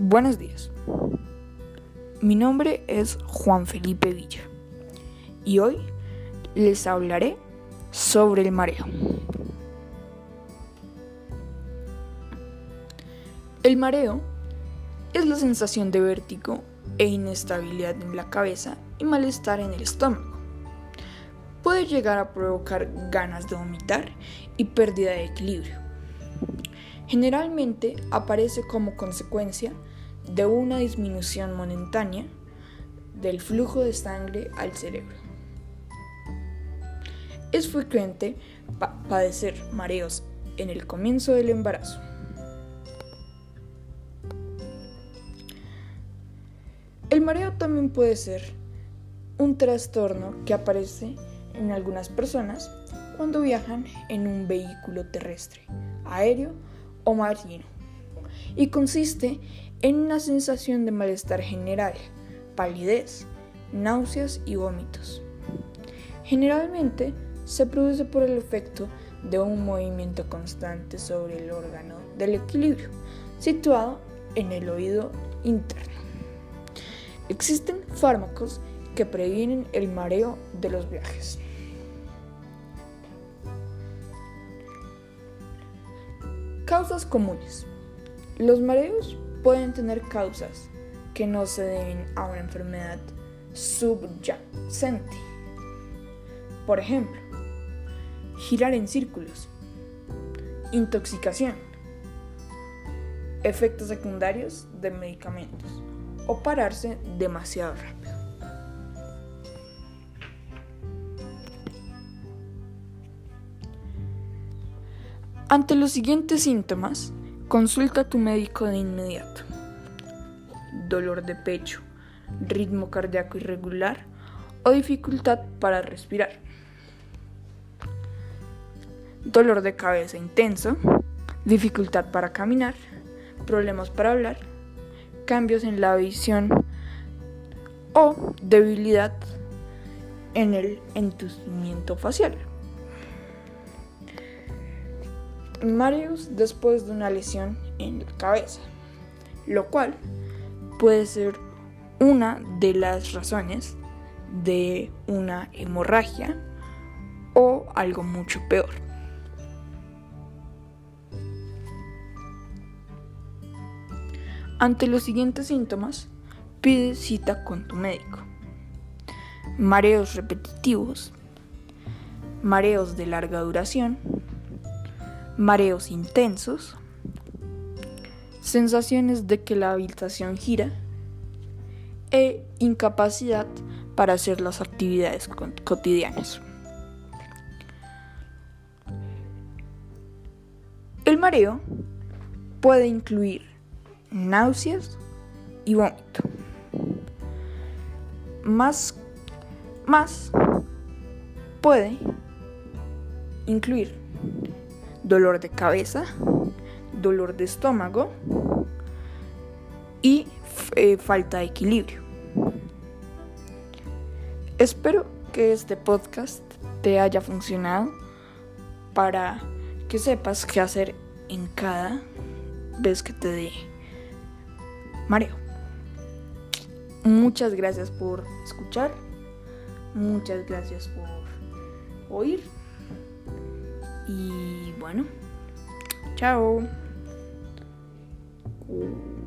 Buenos días, mi nombre es Juan Felipe Villa y hoy les hablaré sobre el mareo. El mareo es la sensación de vértigo e inestabilidad en la cabeza y malestar en el estómago. Puede llegar a provocar ganas de vomitar y pérdida de equilibrio. Generalmente aparece como consecuencia de una disminución momentánea del flujo de sangre al cerebro. Es frecuente padecer mareos en el comienzo del embarazo. El mareo también puede ser un trastorno que aparece en algunas personas cuando viajan en un vehículo terrestre, aéreo o marino, y consiste en una sensación de malestar general, palidez, náuseas y vómitos. Generalmente se produce por el efecto de un movimiento constante sobre el órgano del equilibrio, situado en el oído interno. Existen fármacos que previenen el mareo de los viajes. Causas comunes. Los mareos pueden tener causas que no se deben a una enfermedad subyacente. Por ejemplo, girar en círculos, intoxicación, efectos secundarios de medicamentos o pararse demasiado rápido. Ante los siguientes síntomas, consulta a tu médico de inmediato. Dolor de pecho, ritmo cardíaco irregular o dificultad para respirar. Dolor de cabeza intenso, dificultad para caminar, problemas para hablar, cambios en la visión o debilidad en el entumecimiento facial. Mareos después de una lesión en la cabeza, lo cual puede ser una de las razones de una hemorragia o algo mucho peor. Ante los siguientes síntomas, pide cita con tu médico. Mareos repetitivos, mareos de larga duración, mareos intensos, sensaciones de que la habitación gira e incapacidad para hacer las actividades cotidianas. El mareo puede incluir náuseas y vómito. Más puede incluir dolor de cabeza, dolor de estómago y falta de equilibrio. Espero que este podcast te haya funcionado para que sepas qué hacer en cada vez que te dé mareo. Muchas gracias por escuchar, muchas gracias por oír y bueno, chao.